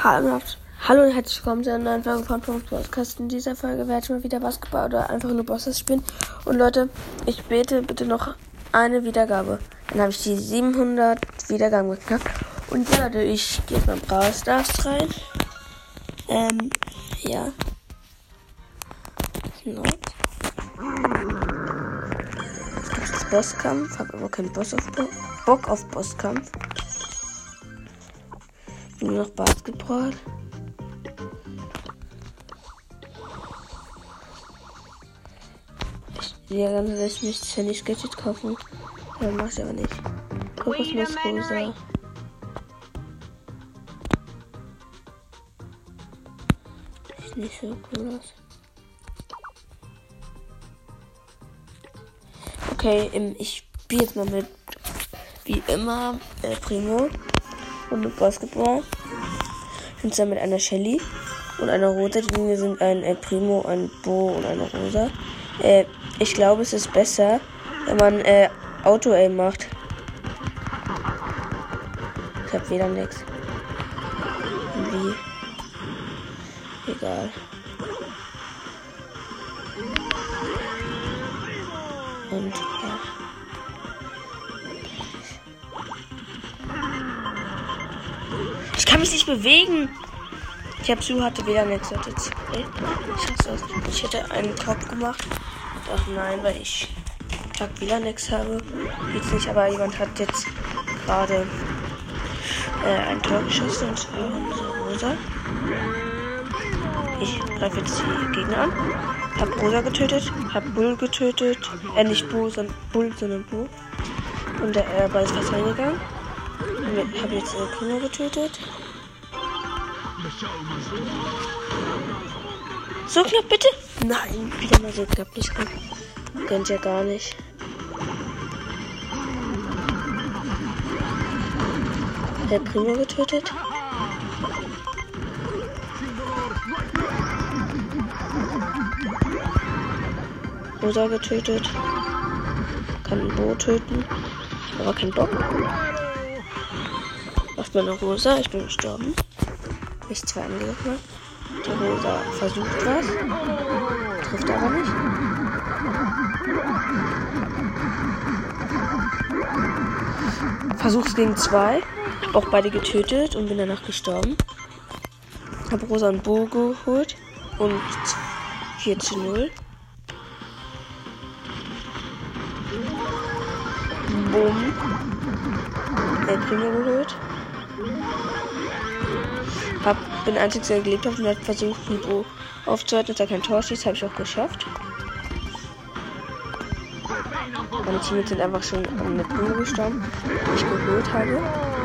Hallo und herzlich willkommen zu einer neuen Folge von Podcast. In dieser Folge werde ich mal wieder Basketball oder einfach nur Bosses spielen. Und Leute, ich bete bitte noch eine Wiedergabe. Dann habe ich die 700 Wiedergaben geknackt. Und ja, Leute, ich gehe jetzt mal in Brawl Stars rein. Ja. No. Jetzt gibt es Bosskampf, habe aber keinen Bock auf Bosskampf. Nur noch Basketball. Ja, ganz ehrlich, ich möchte Sandy's Gadget kaufen. Ja, mach ich aber nicht. Kokosnuss rosa. Sieht nicht so cool aus. Okay, ich spiele jetzt mal mit, wie immer, Primo und mit Basketball. Ich bin zusammen mit einer Shelly und einer Rosa. Die Dinge sind ein Primo, ein Bo und eine Rosa. Ich glaube, es ist besser, wenn man Auto-Aim macht. Ich hab wieder nichts. Wie? Egal. Und ja. Ich kann mich nicht bewegen. Ich habe Sue hatte wieder nichts. Ich hätte einen Top gemacht. Ach nein, weil ich wieder nichts habe. Jetzt nicht, aber jemand hat jetzt gerade ein Tor geschossen und zwar unsere Rosa. Ich greife jetzt die Gegner an. Hab Rosa getötet, hab Bull getötet. Nicht Bull, sondern Bull. Und der Ball ist fast reingegangen. Hab jetzt Primo getötet. So knapp, bitte? Nein, wieder mal so knapp nicht rein. Gönnt ja gar nicht. Der Primo getötet. Rosa getötet. Kann ein Bo töten. Aber kein Bock. Macht meine Rosa. Ich bin gestorben. Mich zwei angegriffen. Die Rosa versucht was. Trifft aber nicht. Versuch's gegen zwei. Hab auch beide getötet und bin danach gestorben. Hab Rosa und Bo geholt. Und 4:0. Boom. Primo geholt. Bin der Einzige, der gelebt hat und hat versucht, ein Bo aufzuhalten, dass er kein Tor schießt. Habe ich auch geschafft. Meine Teammates sind einfach schon mit Primo gestorben, die ich geholt habe.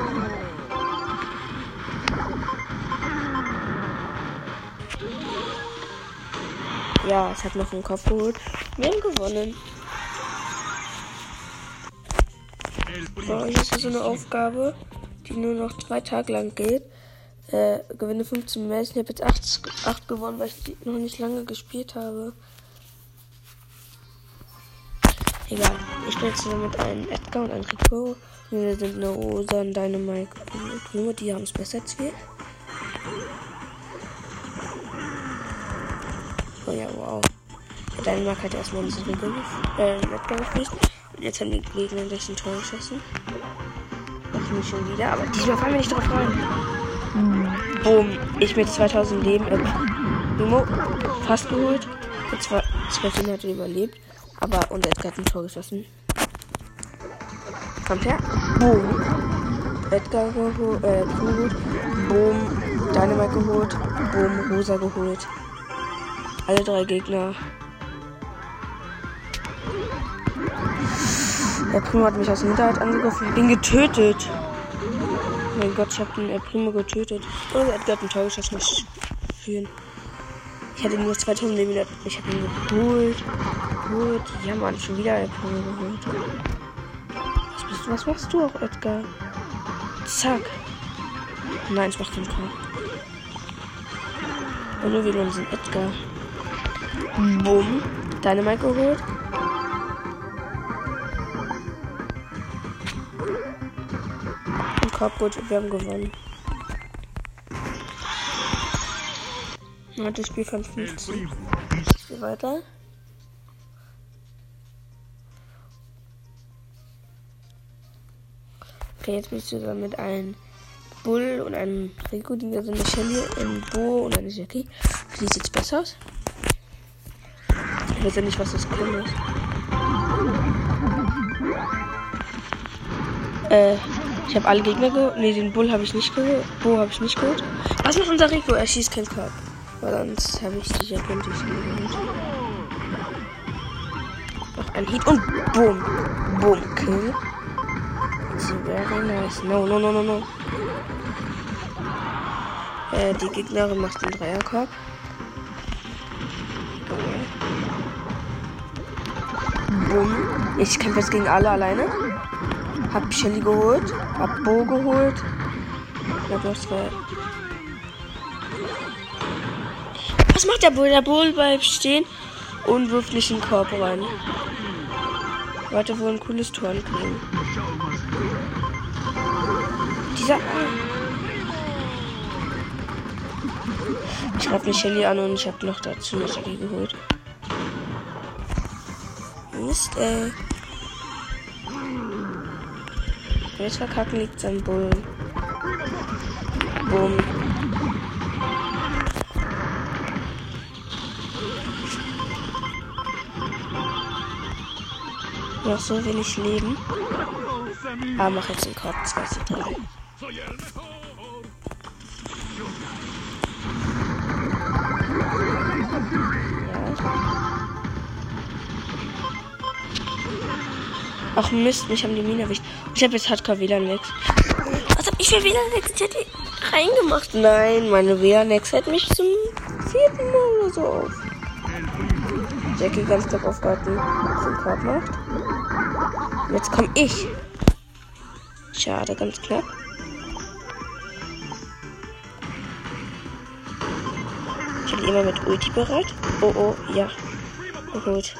Ja, ich habe noch einen Kopf geholt. Wir haben gewonnen. So, hier ist so eine Aufgabe, die nur noch 2 Tage lang geht. Gewinne 15 Matches. Ich habe jetzt 8 gewonnen, weil ich die noch nicht lange gespielt habe. Egal. Ich spiele jetzt mit einem Edgar und einem Rico. Wir sind eine Rosa, ein Dynamite und Primo. Die haben es besser als wir. Oh ja, wow. Der Dynamite hat erstmal diesen Rico Edgar gespielt. Und jetzt haben die Gegner durch ein Tor geschossen. Machen mich schon wieder, aber diesmal fallen wir nicht drauf rein. Boom, ich mit 2000 Leben Primo fast geholt. Mit 2 Stunden hat er überlebt. Aber unser Edgar hat ein Tor geschossen. Kommt her. Boom. Edgar geholt. Primo geholt. Boom. Dynamite geholt. Boom. Rosa geholt. Alle 3 Gegner. Der Primo hat mich aus dem Hinterhalt angegriffen. Bin getötet. Oh mein Gott, ich habe den Primo getötet. Oh, Edgar hat ein Tor geschossen. Ich hatte nur 2000 Leben. Ich habe ihn geholt. Ja, Mann, schon wieder ein Primo geholt. Was machst du auch, Edgar? Zack. Nein, ich mach den Tor. Und nur wieder sind Edgar. Bumm. Dynamite geholt. Gut, wir haben gewonnen. Das Spiel von 15. Ich gehe weiter. Okay, jetzt bin ich zusammen mit einem Bull und einem Rico, die sind eine Shelly, ein Bo und eine Jackie. Wie sieht's besser aus? Ich weiß ja nicht, was das Skin ist. Ich habe alle Gegner geholt. Ne, den Bull habe ich nicht geholt. Bo habe ich nicht geholt. Was macht unser Rico? Er schießt keinen Korb. Weil sonst habe ich die Jackie und die Shelly geholt. Noch ein Hit und Boom. Boom, Kill. Very nice. No. Die Gegnerin macht den Dreierkorb. Boom. Ich kämpfe jetzt gegen alle alleine. Hab Shelly geholt. Hab Bo geholt. Ich hab noch 2. Was macht der Bull? Der Bull bleibt stehen und wirft nicht in den Korb rein. Warte, wo ein cooles Tor kriegen. Dieser. Ich greife eine Shelly an und ich habe noch dazu eine Shelly geholt. Mist, ey. Jetzt verkacken liegt am Bull. Bumm. Noch so wenig Leben. Aber mach jetzt den Korb 2-3. Ja. Ach Mist, mich haben die Mine erwischt. Ich habe jetzt Hardcore WLAN-Lex. Was hab ich für WLAN-Lex? Ich hätte die reingemacht. Nein, meine WLAN-Lex hätte mich zum 4. Mal oder so auf. Jackie ganz knapp aufgehalten, was den Korb macht. Und jetzt komme ich. Schade, ganz knapp. Ich habe immer mit Ulti bereit. Oh, ja. Oh, gut.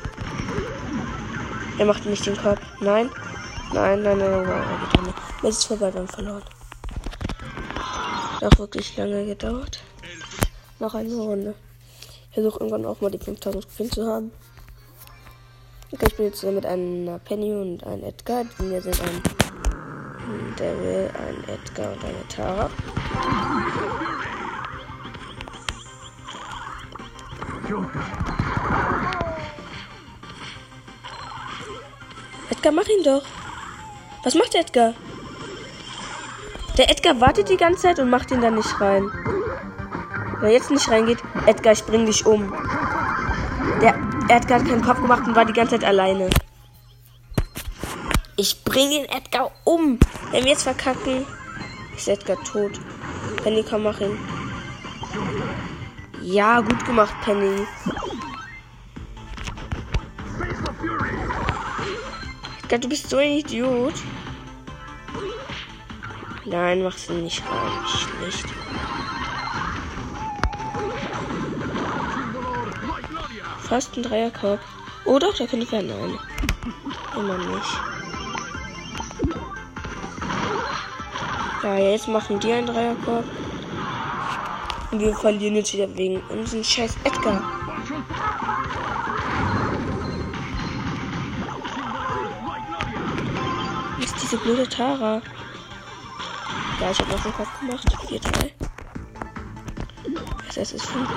Er macht nicht den Korb. Nein. Nein. Jetzt ist es vorbei, wir haben verloren. Hat auch wirklich lange gedauert. Noch eine Runde. Ich versuche irgendwann auch mal die 5000 Trophäen zu haben. Okay, ich bin jetzt mit einer Penny und einem Edgar. Wir sind ein Devil, ein Edgar und eine Tara. Edgar, mach ihn doch. Was macht der Edgar? Der Edgar wartet die ganze Zeit und macht ihn dann nicht rein. Wenn er jetzt nicht reingeht, Edgar, ich bring dich um. Der Edgar hat keinen Kopf gemacht und war die ganze Zeit alleine. Ich bring den Edgar um. Wenn wir jetzt verkacken, ist Edgar tot. Penny, komm, mach ihn. Ja, gut gemacht, Penny. Edgar, du bist so ein Idiot. Nein, machst du nicht rein. Schlecht. Fast ein Dreierkorb. Oh doch, der könnte werden. Nein. Immer nicht. Ja, jetzt machen die einen Dreierkorb. Und wir verlieren jetzt wieder wegen unserem scheiß Edgar. Was ist diese blöde Tara? Ja, ich habe noch einen Kopf gemacht. 4-3. Das heißt, es ist 500.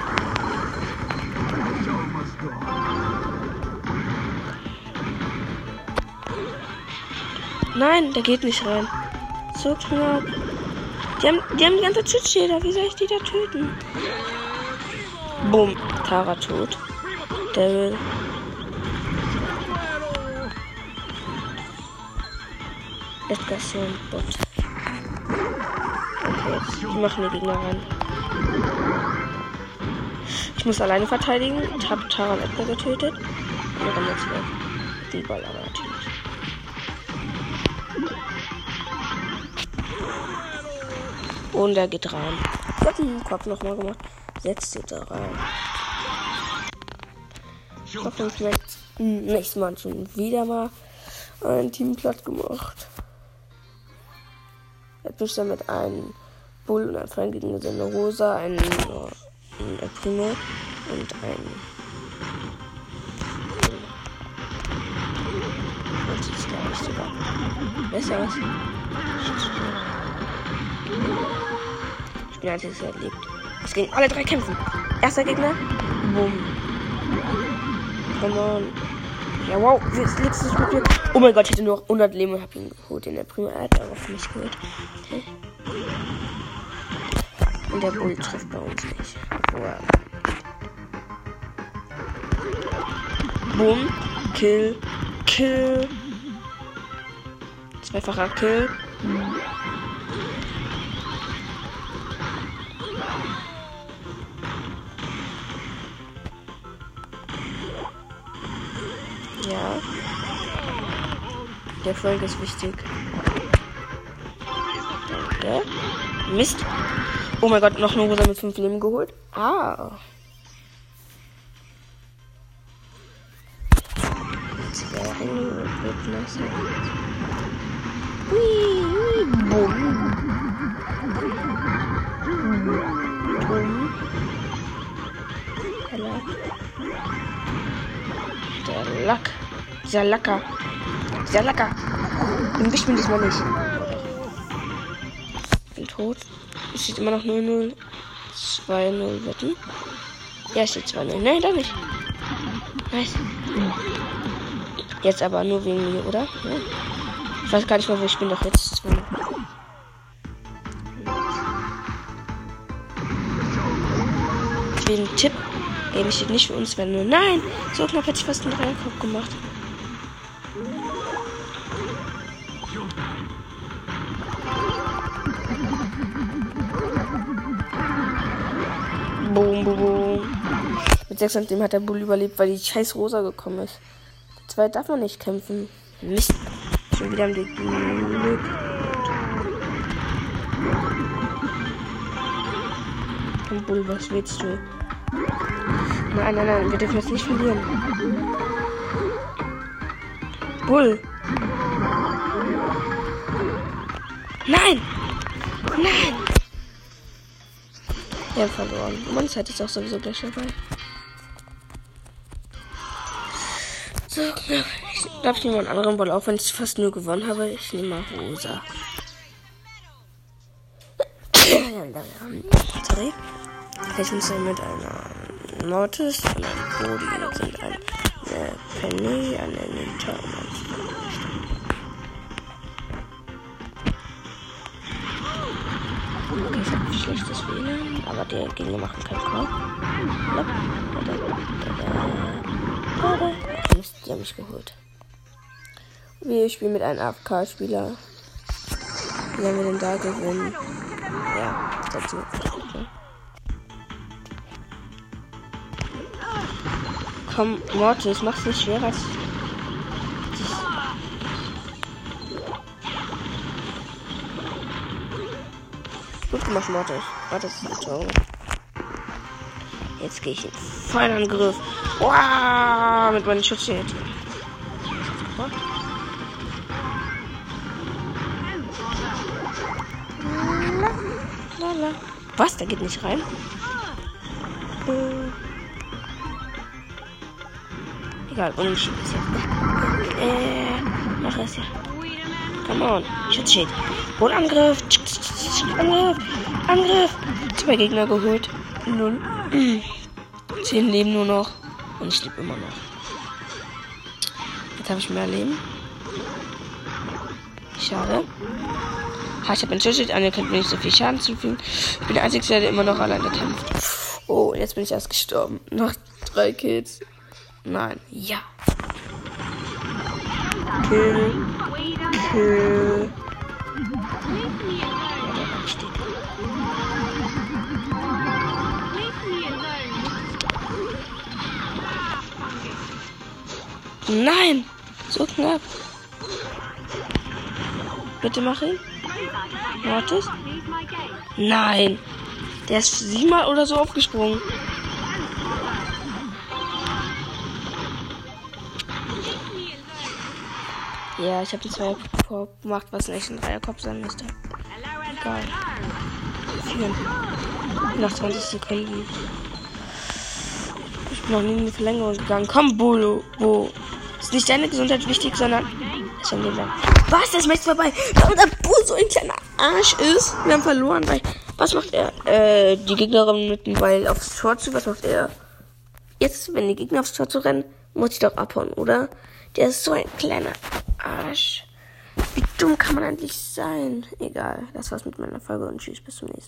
Nein, der geht nicht rein. So knapp. Die haben die ganze Schutzschilder. Wie soll ich die da töten? Bumm. Tara tot. Devil. Edgar ist so ein Bot. Okay, jetzt die machen die Gegner ran. Ich muss alleine verteidigen. Ich habe Tara und Edgar getötet. Und dann jetzt weg. Den Ball aber natürlich. Und er geht rein. Ich habe den Kopf nochmal gemacht. 6-3. Ich hoffe, uns nächstes Mal schon wieder mal ein Team platt gemacht. Jetzt bin ich dann mit einem Bull und einem Freund gegen eine Rosa, einen ein Primo und ein... Das ist gar nicht sogar. Besser was? Ich bin der Einzige, der lebt. Es gegen alle 3 kämpfen. Erster Gegner. Boom. Come on. Ja, wow. Jetzt legst du mit mir. Oh mein Gott, ich hätte nur 100 Leben und hab ihn geholt. In der Prima hat aber auf mich geholt. Okay. Und der Bull trifft bei uns nicht. Wow. Boom. Kill. Kill. Zweifacher Kill. Ja. Der Erfolg ist wichtig. Danke. Mist. Oh mein Gott, noch eine Rosa mit 5 Leben geholt. Ah. Boom. Boom. Der Lack. Dieser Lacker. Dieser Lacker. Den wischt mir diesmal nicht. Bin tot. Es steht immer noch 0-0. 2-0 wetten. Ja, es steht 2-0. Nein, da nicht. Nice. Jetzt aber nur wegen mir, oder? Ja. Ich weiß gar nicht mehr, wo ich bin. Doch jetzt 2. Wegen Tipp. Game steht nicht für uns, wenn nur. Nein! So knapp hätte ich fast einen Dreierkopf gemacht. Boom, boom, boom. Mit 6 und dem hat der Bull überlebt, weil die scheiß Rosa gekommen ist. Der 2 darf man nicht kämpfen. Mist. Schon wieder am Glück. Und Bull, was willst du? Nein, nein, nein, wir dürfen jetzt nicht verlieren. Bull. Nein! Nein! Wir haben verloren. Meine Zeit ist auch sowieso gleich dabei. So, ich glaube, ich nehme einen anderen Ball, auch wenn ich fast nur gewonnen habe. Ich nehme mal Rosa. Sorry. Ich muss mit einer Mortis und einem Cody und eine Penny, eine Nita und ein Okay, ich habe ein schlechtes WLAN, aber der Gegner machen keinen Call. Mist, die haben mich geholt. Wir spielen mit einem AFK-Spieler. Wie werden wir denn da gewinnen? Ja, dazu. Komm, Mortis, mach's nicht schwerer als... Gut gemacht, Mortis. Ah, das ist ein Tor. Jetzt gehe ich in vollen Angriff. Wow, mit meinem Schutzschild. Was? Der geht nicht rein? Egal, unentschieden ist jetzt. Mach es ja. Come on. Schutzschild. Und Angriff. Angriff. Angriff. 2 Gegner geholt. 0. 10 Leben nur noch. Und ich lebe immer noch. Jetzt habe ich mehr Leben. Schade. Ha, ich habe ein Schutzschild an, ihr könnt mir nicht so viel Schaden zufügen. Ich bin der Einzige, der immer noch alleine kämpft. Oh, jetzt bin ich erst gestorben. Noch 3 Kills. Nein. Ja. Kill. Kill. Ja, der war richtig. Nein! So knapp. Bitte mach ihn. Mortis? Nein. Der ist 7-mal oder so aufgesprungen. Ja, ich habe einen Zweierkopf gemacht, was nicht ein Dreierkopf sein müsste. Egal. 4. Nach 20 Sekunden. Noch nie in eine Verlängerung gegangen. Komm, Bolo. Ist nicht deine Gesundheit wichtig, sondern ist ein Leben lang. Was? Das Match ist vorbei. Warum der Bull so ein kleiner Arsch ist? Wir haben verloren, weil. Was macht er? Die Gegnerin mit dem Ball aufs Tor zu. Was macht er? Jetzt, wenn die Gegner aufs Tor zu rennen, muss ich doch abhauen, oder? Der ist so ein kleiner Arsch. Wie dumm kann man eigentlich sein? Egal. Das war's mit meiner Folge und tschüss, bis zum nächsten Mal.